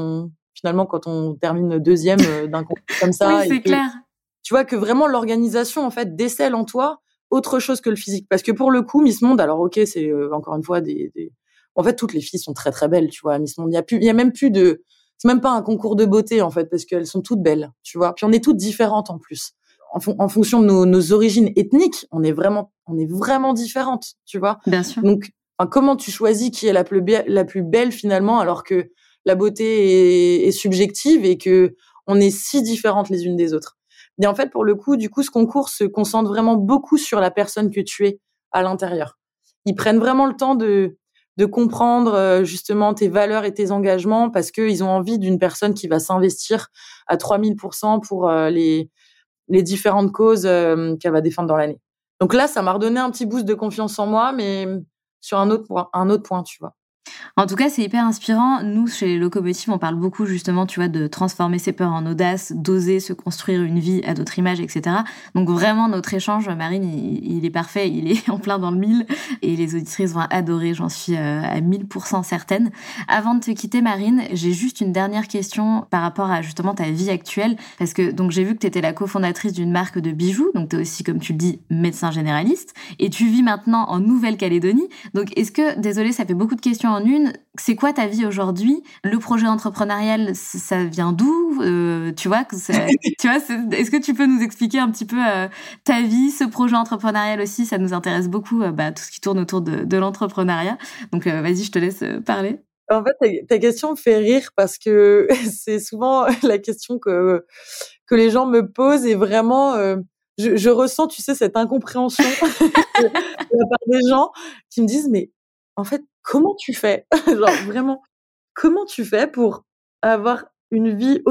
quand on termine deuxième d'un concours comme Oui, ça et c'est que clair. tu vois que vraiment l'organisation, en fait, décèle en toi autre chose que le physique. Parce que pour le coup, Miss Monde, alors OK, c'est, encore une fois en fait, toutes les filles sont très, très belles, tu vois, à Miss Monde. Il y a même plus de c'est même pas un concours de beauté, en fait, parce qu'elles sont toutes belles, tu vois? Puis on est toutes différentes en plus. En fonction de nos origines ethniques, on est vraiment différentes, tu vois? Bien sûr. Donc, enfin, comment tu choisis qui est la plus belle finalement, alors que la beauté est subjective et que on est si différentes les unes des autres? Et en fait, pour le coup, du coup, ce concours se concentre vraiment beaucoup sur la personne que tu es à l'intérieur. Ils prennent vraiment le temps de comprendre, justement tes valeurs et tes engagements parce qu'ils ont envie d'une personne qui va s'investir à 3000 pour, les différentes causes, qu'elle va défendre dans l'année. Donc là, ça m'a redonné un petit boost de confiance en moi, mais sur un autre point, tu vois? En tout cas, c'est hyper inspirant. Nous, chez Locomotive, on parle beaucoup justement, tu vois, de transformer ses peurs en audace, d'oser se construire une vie à d'autres images, etc. Donc vraiment, notre échange, Marine, il est parfait, il est en plein dans le mille et les auditrices vont adorer, j'en suis à 1000% certaine. Avant de te quitter, Marine, j'ai juste une dernière question par rapport à justement ta vie actuelle, parce que donc j'ai vu que tu étais la cofondatrice d'une marque de bijoux, donc tu es aussi, comme tu le dis, médecin généraliste, et tu vis maintenant en Nouvelle-Calédonie. Donc est-ce que, désolée, ça fait beaucoup de questions en une, c'est quoi ta vie aujourd'hui? Le projet entrepreneurial, ça vient d'où? Tu vois, est-ce que tu peux nous expliquer un petit peu ta vie, ce projet entrepreneurial aussi? Ça nous intéresse beaucoup, tout ce qui tourne autour de l'entrepreneuriat. Donc, vas-y, je te laisse parler. En fait, ta question me fait rire parce que c'est souvent la question que les gens me posent et vraiment, je ressens, tu sais, cette incompréhension de la part des gens qui me disent: «Mais en fait, comment tu fais?» Genre vraiment, comment tu fais pour avoir une vie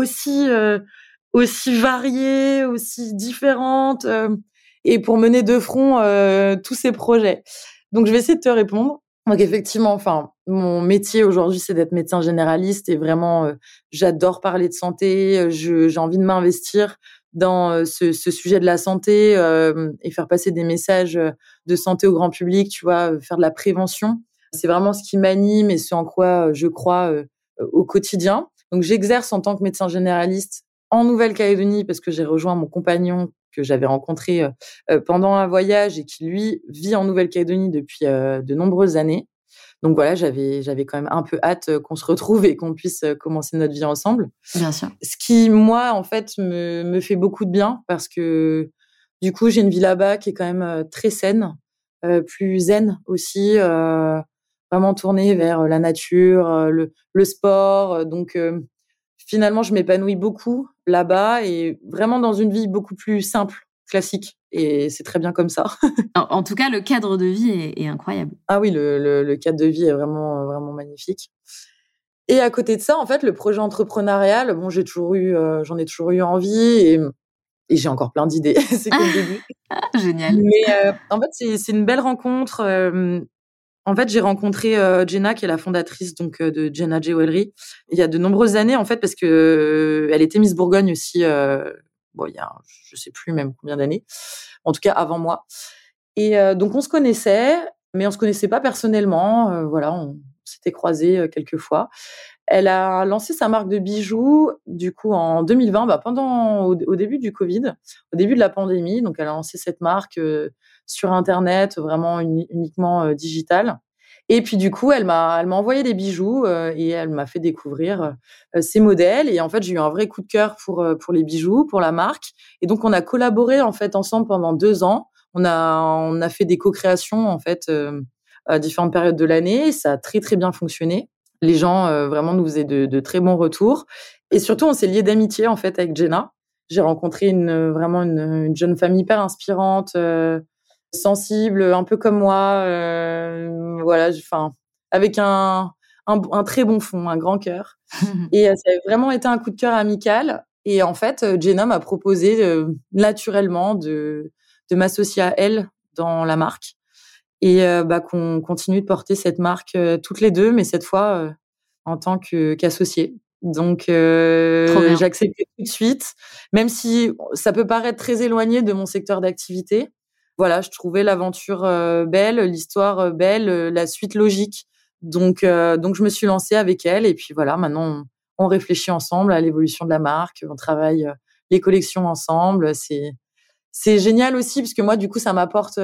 aussi variée, aussi différente, et pour mener de front, tous ces projets? Donc je vais essayer de te répondre. Donc effectivement, enfin, mon métier aujourd'hui, c'est d'être médecin généraliste et vraiment, j'adore parler de santé, j'ai envie de m'investir dans, ce sujet de la santé, et faire passer des messages, de santé au grand public, tu vois? Faire de la prévention. C'est vraiment ce qui m'anime et ce en quoi, je crois, au quotidien. Donc j'exerce en tant que médecin généraliste en Nouvelle-Calédonie parce que j'ai rejoint mon compagnon que j'avais rencontré, pendant un voyage et qui lui vit en Nouvelle-Calédonie depuis, de nombreuses années. Donc voilà, j'avais quand même un peu hâte, qu'on se retrouve et qu'on puisse, commencer notre vie ensemble. Bien sûr. Ce qui, moi, en fait, me fait beaucoup de bien parce que, du coup, j'ai une vie là-bas qui est quand même, très saine, plus zen aussi, vraiment tournée vers, la nature, le sport, donc finalement, je m'épanouis beaucoup là-bas et vraiment dans une vie beaucoup plus simple, classique et c'est très bien comme ça. En tout cas, le cadre de vie est incroyable. Ah oui, le cadre de vie est vraiment, vraiment magnifique. Et à côté de ça, en fait, le projet entrepreneurial, bon, j'en ai toujours eu envie et j'ai encore plein d'idées. C'est que le début. Génial. Mais, en fait, c'est une belle rencontre, en fait, j'ai rencontré, Jenna qui est la fondatrice donc, de Jenna Jewelry il y a de nombreuses années, en fait, parce que, elle était Miss Bourgogne aussi, il y a, je sais plus même combien d'années. En tout cas, avant moi. Et donc, on se connaissait, mais on se connaissait pas personnellement. Voilà, on s'était croisés quelques fois. Elle a lancé sa marque de bijoux, du coup, en 2020, au début du Covid, au début de la pandémie. Donc, elle a lancé cette marque sur Internet, vraiment uniquement digitale. Et puis, du coup, elle m'a envoyé des bijoux et elle m'a fait découvrir ses modèles. Et en fait, j'ai eu un vrai coup de cœur pour les bijoux, pour la marque. Et donc, on a collaboré en fait ensemble pendant 2 ans. On a fait des co-créations en fait à différentes périodes de l'année. Ça a très très bien fonctionné. Les gens vraiment nous faisaient de très bons retours. Et surtout, on s'est liés d'amitié en fait avec Jenna. J'ai rencontré vraiment une jeune femme hyper inspirante, sensible, un peu comme moi. Voilà, enfin, avec un très bon fond, un grand cœur. Et ça a vraiment été un coup de cœur amical. Et en fait, Jenna m'a proposé naturellement de m'associer à elle dans la marque. Et qu'on continue de porter cette marque toutes les deux, mais cette fois en tant qu'associées. Donc j'ai accepté tout de suite, même si ça peut paraître très éloigné de mon secteur d'activité. Voilà, je trouvais l'aventure belle, l'histoire belle, la suite logique. Donc je me suis lancée avec elle et puis voilà, maintenant on réfléchit ensemble à l'évolution de la marque, on travaille les collections ensemble. C'est génial aussi parce que moi du coup ça m'apporte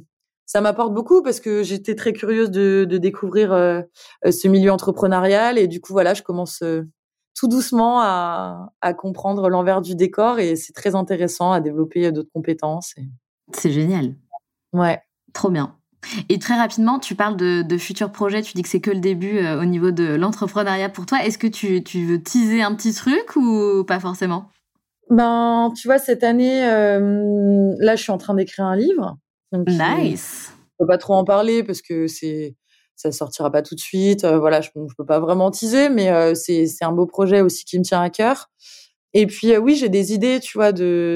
beaucoup parce que j'étais très curieuse de découvrir ce milieu entrepreneurial et du coup voilà, je commence tout doucement à comprendre l'envers du décor et c'est très intéressant à développer d'autres compétences. C'est génial. Ouais. Trop bien. Et très rapidement, tu parles de futurs projets, tu dis que c'est que le début au niveau de l'entrepreneuriat pour toi. Est-ce que tu veux teaser un petit truc ou pas forcément ? Tu vois, cette année, là, je suis en train d'écrire un livre. Donc, nice. Je peux pas trop en parler parce que ça sortira pas tout de suite. Voilà, je peux pas vraiment teaser, mais c'est un beau projet aussi qui me tient à cœur. Et puis oui, j'ai des idées, tu vois,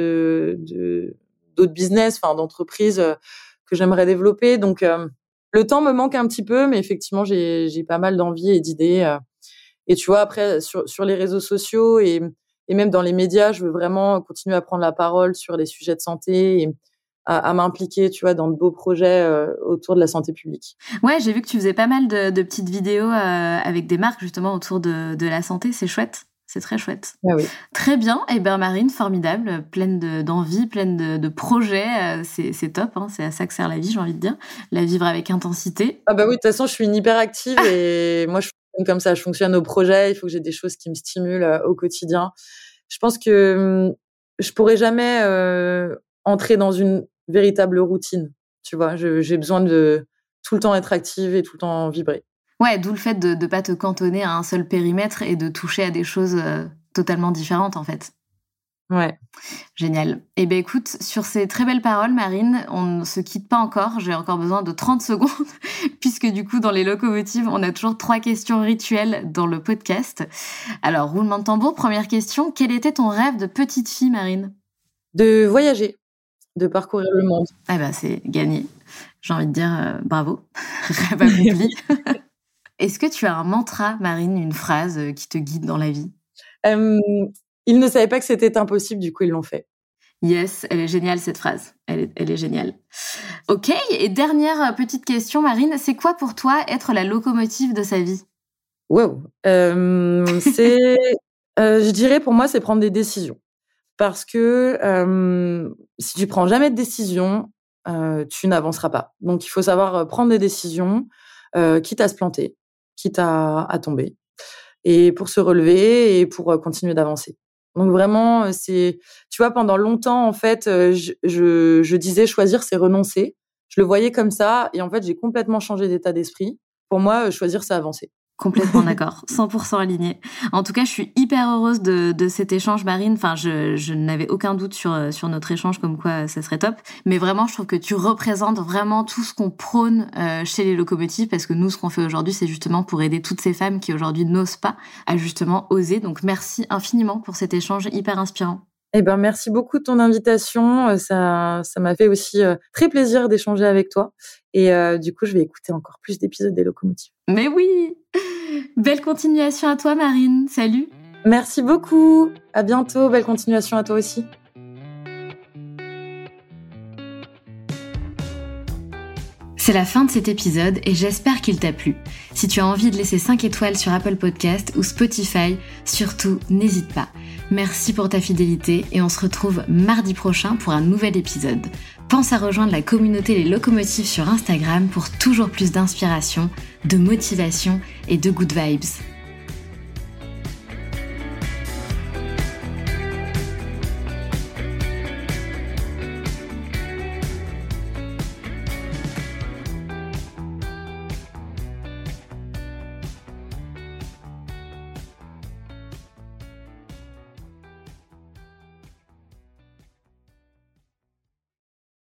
d'autres business, enfin d'entreprises que j'aimerais développer. Donc le temps me manque un petit peu, mais effectivement, j'ai pas mal d'envie et d'idées. Et tu vois, après sur les réseaux sociaux et même dans les médias, je veux vraiment continuer à prendre la parole sur les sujets de santé et à m'impliquer, tu vois, dans de beaux projets autour de la santé publique. Ouais, j'ai vu que tu faisais pas mal de petites vidéos avec des marques justement autour de la santé. C'est chouette. C'est très chouette. Ah oui. Très bien. Et Marine, formidable, pleine d'envie, pleine de projets. C'est top. Hein. C'est à ça que sert la vie, j'ai envie de dire. La vivre avec intensité. Ah bah oui, de toute façon, je suis une hyperactive et moi, je fonctionne comme ça. Je fonctionne au projet. Il faut que j'ai des choses qui me stimulent au quotidien. Je pense que je pourrais jamais entrer dans une véritable routine. Tu vois, j'ai besoin de tout le temps être active et tout le temps vibrer. Ouais, d'où le fait de ne pas te cantonner à un seul périmètre et de toucher à des choses totalement différentes, en fait. Ouais. Génial. Eh bien, écoute, sur ces très belles paroles, Marine, on ne se quitte pas encore. J'ai encore besoin de 30 secondes, puisque du coup, dans les locomotives, on a toujours 3 questions rituelles dans le podcast. Alors, roulement de tambour, première question. Quel était ton rêve de petite fille, Marine ? De voyager, de parcourir le monde. Eh ben, c'est gagné. J'ai envie de dire bravo. Rêve accompli. Est-ce que tu as un mantra, Marine, une phrase qui te guide dans la vie ? Ils ne savaient pas que c'était impossible, du coup, ils l'ont fait. Yes, elle est géniale, cette phrase. Elle est géniale. Ok, et dernière petite question, Marine. C'est quoi pour toi être la locomotive de sa vie ? Wow. Je dirais, pour moi, c'est prendre des décisions. Parce que si tu prends jamais de décision, tu n'avanceras pas. Donc, il faut savoir prendre des décisions, quitte à se planter, quitte à tomber, et pour se relever et pour continuer d'avancer. Donc vraiment, tu vois, pendant longtemps, en fait, je disais choisir, c'est renoncer. Je le voyais comme ça, et en fait, j'ai complètement changé d'état d'esprit. Pour moi, choisir, c'est avancer. Complètement d'accord, 100% alignée. En tout cas, je suis hyper heureuse de cet échange, Marine. Enfin, je n'avais aucun doute sur notre échange, comme quoi ça serait top. Mais vraiment, je trouve que tu représentes vraiment tout ce qu'on prône chez les locomotives, parce que nous, ce qu'on fait aujourd'hui, c'est justement pour aider toutes ces femmes qui aujourd'hui n'osent pas à justement oser. Donc, merci infiniment pour cet échange hyper inspirant. Eh ben, merci beaucoup de ton invitation. Ça m'a fait aussi très plaisir d'échanger avec toi. Et du coup, je vais écouter encore plus d'épisodes des locomotives. Mais oui! Belle continuation à toi, Marine. Salut! Merci beaucoup. À bientôt. Belle continuation à toi aussi. C'est la fin de cet épisode et j'espère qu'il t'a plu. Si tu as envie de laisser 5 étoiles sur Apple Podcast ou Spotify, surtout n'hésite pas. Merci pour ta fidélité et on se retrouve mardi prochain pour un nouvel épisode. Pense à rejoindre la communauté Les Locomotives sur Instagram pour toujours plus d'inspiration, de motivation et de good vibes.